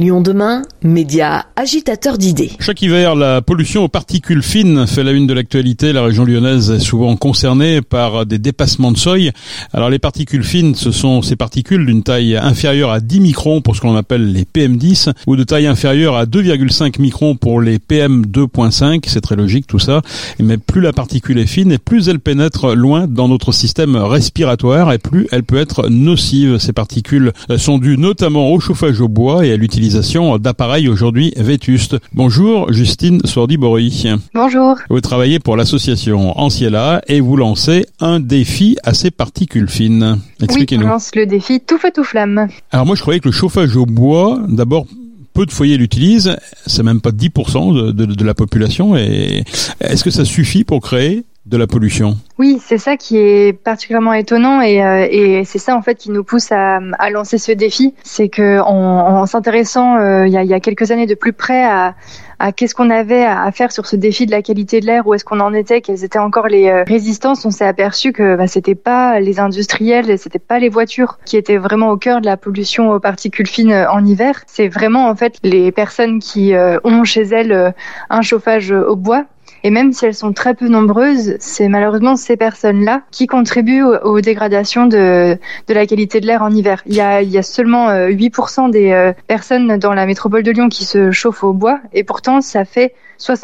Lyon demain, média agitateur d'idées. Chaque hiver, la pollution aux particules fines fait la une de l'actualité. La région lyonnaise est souvent concernée par des dépassements de seuil. Alors les particules fines, ce sont ces particules d'une taille inférieure à 10 microns pour ce qu'on appelle les PM10 ou de taille inférieure à 2,5 microns pour les PM2.5. C'est très logique tout ça. Mais plus la particule est fine et plus elle pénètre loin dans notre système respiratoire et plus elle peut être nocive. Ces particules sont dues notamment au chauffage au bois et à l'utilisation d'appareils aujourd'hui vétustes. Bonjour Justine Swardi-Bory. Bonjour. Vous travaillez pour l'association Anciela et vous lancez un défi à ces particules fines. Expliquez-nous. Oui, on lance le défi Tout feu tout flamme. Alors moi je croyais que le chauffage au bois, d'abord, peu de foyers l'utilisent, c'est même pas 10% de la population. Et est-ce que ça suffit pour créer de la pollution? Oui, c'est ça qui est particulièrement étonnant et c'est ça en fait qui nous pousse à lancer ce défi. C'est que en s'intéressant il y a quelques années de plus près à qu'est-ce qu'on avait à faire sur ce défi de la qualité de l'air, où est-ce qu'on en était, quelles étaient encore les résistances, on s'est aperçu que c'était pas les industriels, c'était pas les voitures qui étaient vraiment au cœur de la pollution aux particules fines en hiver. C'est vraiment en fait les personnes qui ont chez elles un chauffage au bois. Et même si elles sont très peu nombreuses, c'est malheureusement ces personnes-là qui contribuent aux dégradations de la qualité de l'air en hiver. Il y a seulement 8% des personnes dans la métropole de Lyon qui se chauffent au bois, et pourtant ça fait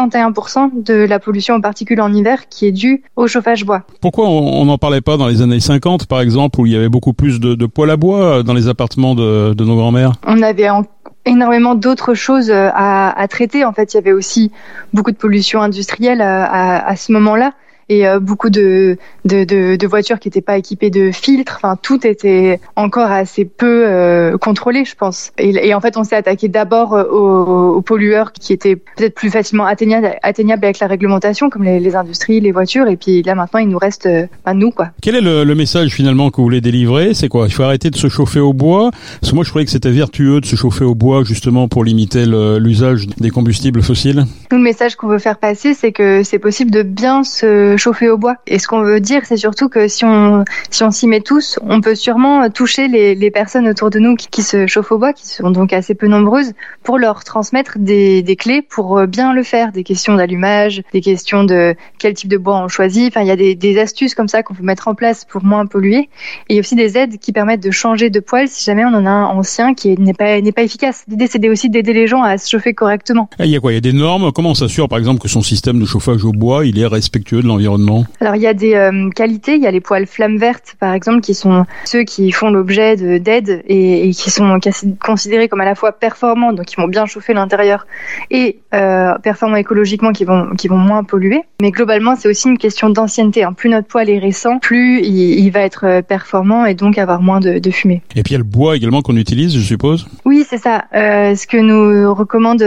61% de la pollution aux particules en hiver qui est due au chauffage bois. Pourquoi on n'en parlait pas dans les années 50, par exemple, où il y avait beaucoup plus de poêles à bois dans les appartements de nos grands-mères? On avait énormément d'autres choses à traiter. En fait, il y avait aussi beaucoup de pollution industrielle à ce moment-là. Et beaucoup de voitures qui n'étaient pas équipées de filtres. Enfin, tout était encore assez peu contrôlé, je pense. Et en fait, on s'est attaqué d'abord aux pollueurs qui étaient peut-être plus facilement atteignables avec la réglementation, comme les industries, les voitures. Et puis là, maintenant, il nous reste nous, quoi. Quel est le message finalement que vous voulez délivrer? C'est quoi? Il faut arrêter de se chauffer au bois? Parce que moi, je croyais que c'était vertueux de se chauffer au bois, justement, pour limiter l'usage des combustibles fossiles. Le message qu'on veut faire passer, c'est que c'est possible de bien se chauffer au bois. Et ce qu'on veut dire, c'est surtout que si on s'y met tous, on peut sûrement toucher les personnes autour de nous qui se chauffent au bois, qui sont donc assez peu nombreuses, pour leur transmettre des clés pour bien le faire, des questions d'allumage, des questions de quel type de bois on choisit. Enfin, il y a des astuces comme ça qu'on peut mettre en place pour moins polluer. Et il y a aussi des aides qui permettent de changer de poêle si jamais on en a un ancien qui n'est pas efficace. L'idée, c'est aussi d'aider les gens à se chauffer correctement. Et il y a quoi? Il y a des normes? Comment on s'assure, par exemple, que son système de chauffage au bois, il est respectueux de l'environnement? Alors il y a des qualités, il y a les poêles flammes vertes par exemple qui sont ceux qui font l'objet d'aides et qui sont considérés comme à la fois performants, donc qui vont bien chauffer l'intérieur, et performants écologiquement qui vont moins polluer. Mais globalement c'est aussi une question d'ancienneté. Plus notre poêle est récent, plus il va être performant et donc avoir moins de fumée. Et puis il y a le bois également qu'on utilise, je suppose? Oui, c'est ça. Ce que nous recommande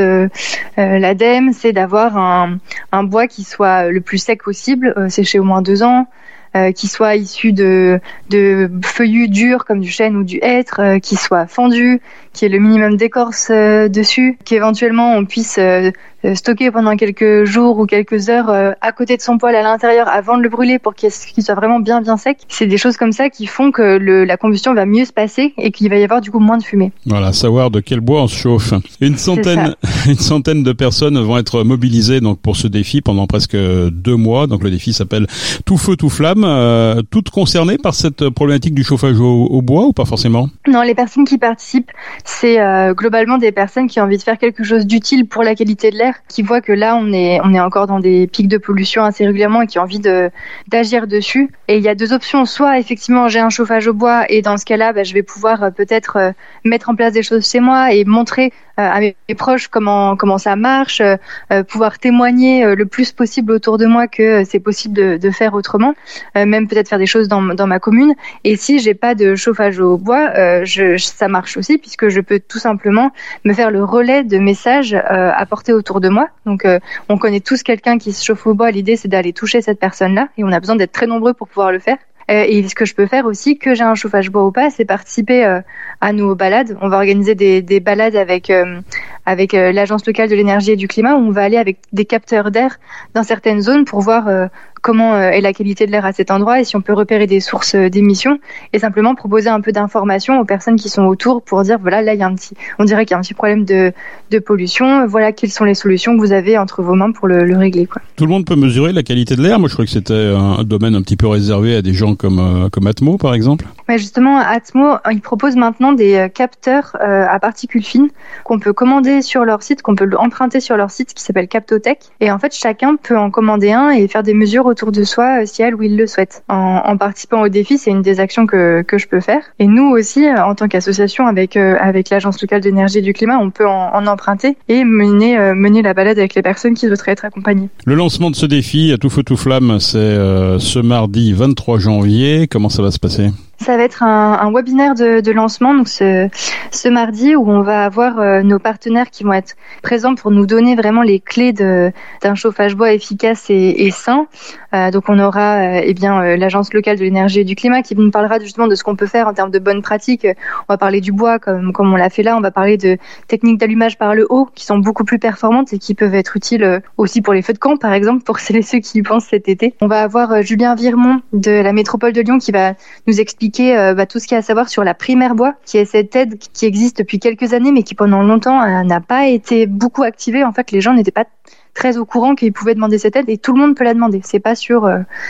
l'ADEME, c'est d'avoir un bois qui soit le plus sec possible, séché au moins 2 ans, qui soit issu de feuillus durs comme du chêne ou du hêtre, qui soit fendu, qui ait le minimum d'écorce dessus, qu'éventuellement on puisse stocker pendant quelques jours ou quelques heures à côté de son poêle à l'intérieur avant de le brûler pour qu'il soit vraiment bien sec. C'est des choses comme ça qui font que la combustion va mieux se passer et qu'il va y avoir du coup moins de fumée. Voilà, savoir de quel bois on se chauffe. Une centaine de personnes vont être mobilisées donc pour ce défi pendant presque 2 mois. Donc le défi s'appelle Tout feu tout flamme. Toutes concernées par cette problématique du chauffage au bois ou pas forcément? Non, les personnes qui participent, c'est globalement des personnes qui ont envie de faire quelque chose d'utile pour la qualité de l'air, qui voient que là on est encore dans des pics de pollution assez régulièrement et qui ont envie d'agir dessus. Et il y a 2 options, soit effectivement j'ai un chauffage au bois et dans ce cas-là je vais pouvoir peut-être mettre en place des choses chez moi et montrer à mes proches comment ça marche, pouvoir témoigner le plus possible autour de moi que c'est possible de faire autrement, même peut-être faire des choses dans ma commune. Et si j'ai pas de chauffage au bois, ça marche aussi puisque je peux tout simplement me faire le relais de messages à porter autour de moi. Donc on connaît tous quelqu'un qui se chauffe au bois, l'idée c'est d'aller toucher cette personne-là et on a besoin d'être très nombreux pour pouvoir le faire. Et ce que je peux faire aussi, que j'ai un chauffage bois ou pas, c'est participer à nos balades. On va organiser des balades avec l'agence locale de l'énergie et du climat où on va aller avec des capteurs d'air dans certaines zones pour voir comment est la qualité de l'air à cet endroit et si on peut repérer des sources d'émissions et simplement proposer un peu d'informations aux personnes qui sont autour pour dire voilà, là on dirait qu'il y a un petit problème de pollution, voilà quelles sont les solutions que vous avez entre vos mains pour le régler, quoi. Tout le monde peut mesurer la qualité de l'air. Moi, je crois que c'était un domaine un petit peu réservé à des gens comme Atmo, par exemple. Ouais, justement, Atmo, ils proposent maintenant des capteurs à particules fines qu'on peut commander sur leur site, qu'on peut emprunter sur leur site qui s'appelle Captotech. Et en fait, chacun peut en commander un et faire des mesures autour de soi si elle ou il le souhaite. En participant au défi, c'est une des actions que je peux faire. Et nous aussi, en tant qu'association avec l'Agence locale d'énergie et du climat, on peut en emprunter et mener la balade avec les personnes qui souhaiteraient être accompagnées. Le lancement de ce défi à tout feu tout flamme, c'est ce mardi 23 janvier. Comment ça va se passer ? Ça va être un webinaire de lancement, donc ce mardi, où on va avoir nos partenaires qui vont être présents pour nous donner vraiment les clés d'un chauffage bois efficace et sain. Donc on aura l'Agence locale de l'énergie et du climat qui nous parlera justement de ce qu'on peut faire en termes de bonnes pratiques. On va parler du bois comme on l'a fait là. On va parler de techniques d'allumage par le haut qui sont beaucoup plus performantes et qui peuvent être utiles aussi pour les feux de camp, par exemple, pour celles et ceux qui y pensent cet été. On va avoir Julien Virmont de la métropole de Lyon qui va nous expliquer tout ce qu'il y a à savoir sur la primaire bois, qui est cette aide qui existe depuis quelques années mais qui pendant longtemps n'a pas été beaucoup activée. En fait, les gens n'étaient pas très au courant qu'ils pouvaient demander cette aide et tout le monde peut la demander. C'est pas sur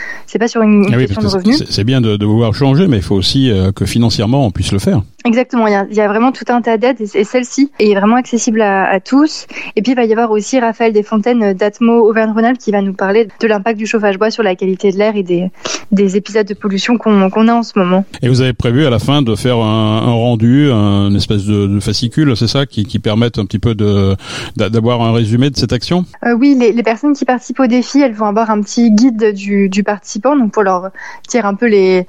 une question de revenus. C'est bien de vouloir changer, mais il faut aussi que financièrement on puisse le faire. Exactement, il y a vraiment tout un tas d'aides et celle-ci est vraiment accessible à tous. Et puis il va y avoir aussi Raphaël Desfontaines d'Atmo Auvergne-Rhône-Alpes qui va nous parler de l'impact du chauffage bois sur la qualité de l'air et des épisodes de pollution qu'on a en ce moment. Et vous avez prévu à la fin de faire un rendu, une espèce de fascicule, c'est ça, qui permettent un petit peu d'avoir un résumé de cette action ? Oui, les personnes qui participent au défi, elles vont avoir un petit guide du participant, donc pour leur dire un peu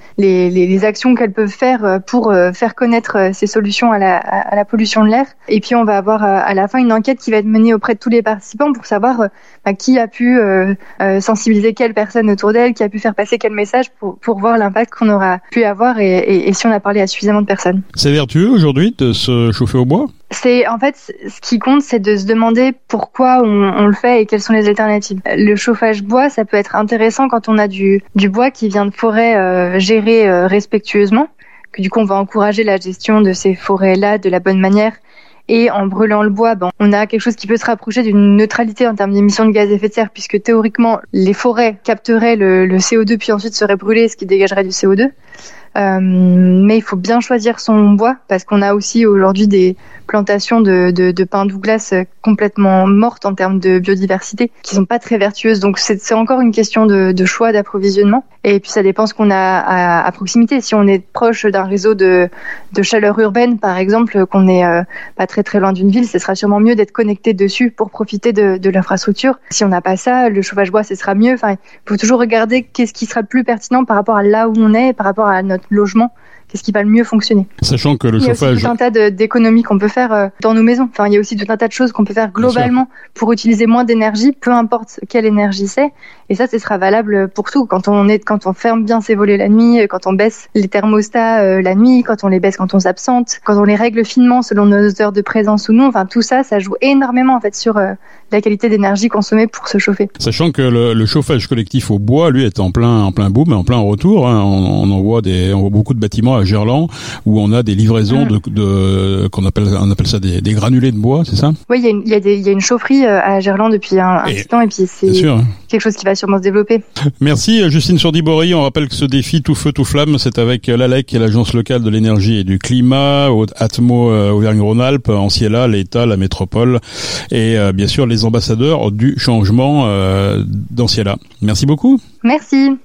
les actions qu'elles peuvent faire pour faire connaître ces solutions à la pollution de l'air. Et puis on va avoir à la fin une enquête qui va être menée auprès de tous les participants pour savoir qui a pu sensibiliser quelle personne autour d'elle, qui a pu faire passer quel message pour voir l'impact qu'on aura pu avoir et si on a parlé à suffisamment de personnes. C'est vertueux aujourd'hui de se chauffer au bois ? En fait, ce qui compte, c'est de se demander pourquoi on le fait et quelles sont les alternatives. Le chauffage bois, ça peut être intéressant quand on a du bois qui vient de forêts gérées respectueusement, que du coup on va encourager la gestion de ces forêts-là de la bonne manière. Et en brûlant le bois, on a quelque chose qui peut se rapprocher d'une neutralité en termes d'émissions de gaz à effet de serre, puisque théoriquement, les forêts capteraient le CO2 puis ensuite seraient brûlées, ce qui dégagerait du CO2. Mais il faut bien choisir son bois parce qu'on a aussi aujourd'hui des plantations de pins Douglas complètement mortes en termes de biodiversité qui sont pas très vertueuses. Donc c'est encore une question de choix d'approvisionnement. Et puis ça dépend ce qu'on a à proximité. Si on est proche d'un réseau de chaleur urbaine, par exemple, qu'on est pas très très loin d'une ville, ce sera sûrement mieux d'être connecté dessus pour profiter de l'infrastructure. Si on n'a pas ça, le chauffage bois, ce sera mieux. Enfin, il faut toujours regarder qu'est-ce qui sera le plus pertinent par rapport à là où on est, par rapport à notre logement. Qu'est-ce qui va le mieux fonctionner ? Sachant que le chauffage... Il y a aussi tout un tas d'économies qu'on peut faire dans nos maisons. Enfin, il y a aussi tout un tas de choses qu'on peut faire globalement pour utiliser moins d'énergie, peu importe quelle énergie c'est. Et ça, ce sera valable pour tout. Quand on ferme bien ses volets la nuit, quand on baisse les thermostats la nuit, quand on les baisse quand on s'absente, quand on les règle finement selon nos heures de présence ou non. Enfin, tout ça, ça joue énormément en fait sur la qualité d'énergie consommée pour se chauffer. Sachant que le chauffage collectif au bois, lui, est en plein boom, en plein retour. Hein. On voit beaucoup de bâtiments à Gerland où on a des livraisons on appelle ça des granulés de bois, c'est ça ? Oui, il y a une chaufferie à Gerland depuis un petit temps et puis c'est quelque chose qui va sûrement se développer. Merci Justine Sourdibori. On rappelle que ce défi tout feu tout flamme, c'est avec l'ALEC, l'Agence locale de l'énergie et du climat, Atmo Auvergne-Rhône-Alpes, Anciela, l'État, la métropole et bien sûr les ambassadeurs du changement d'Anciela. Merci beaucoup. Merci.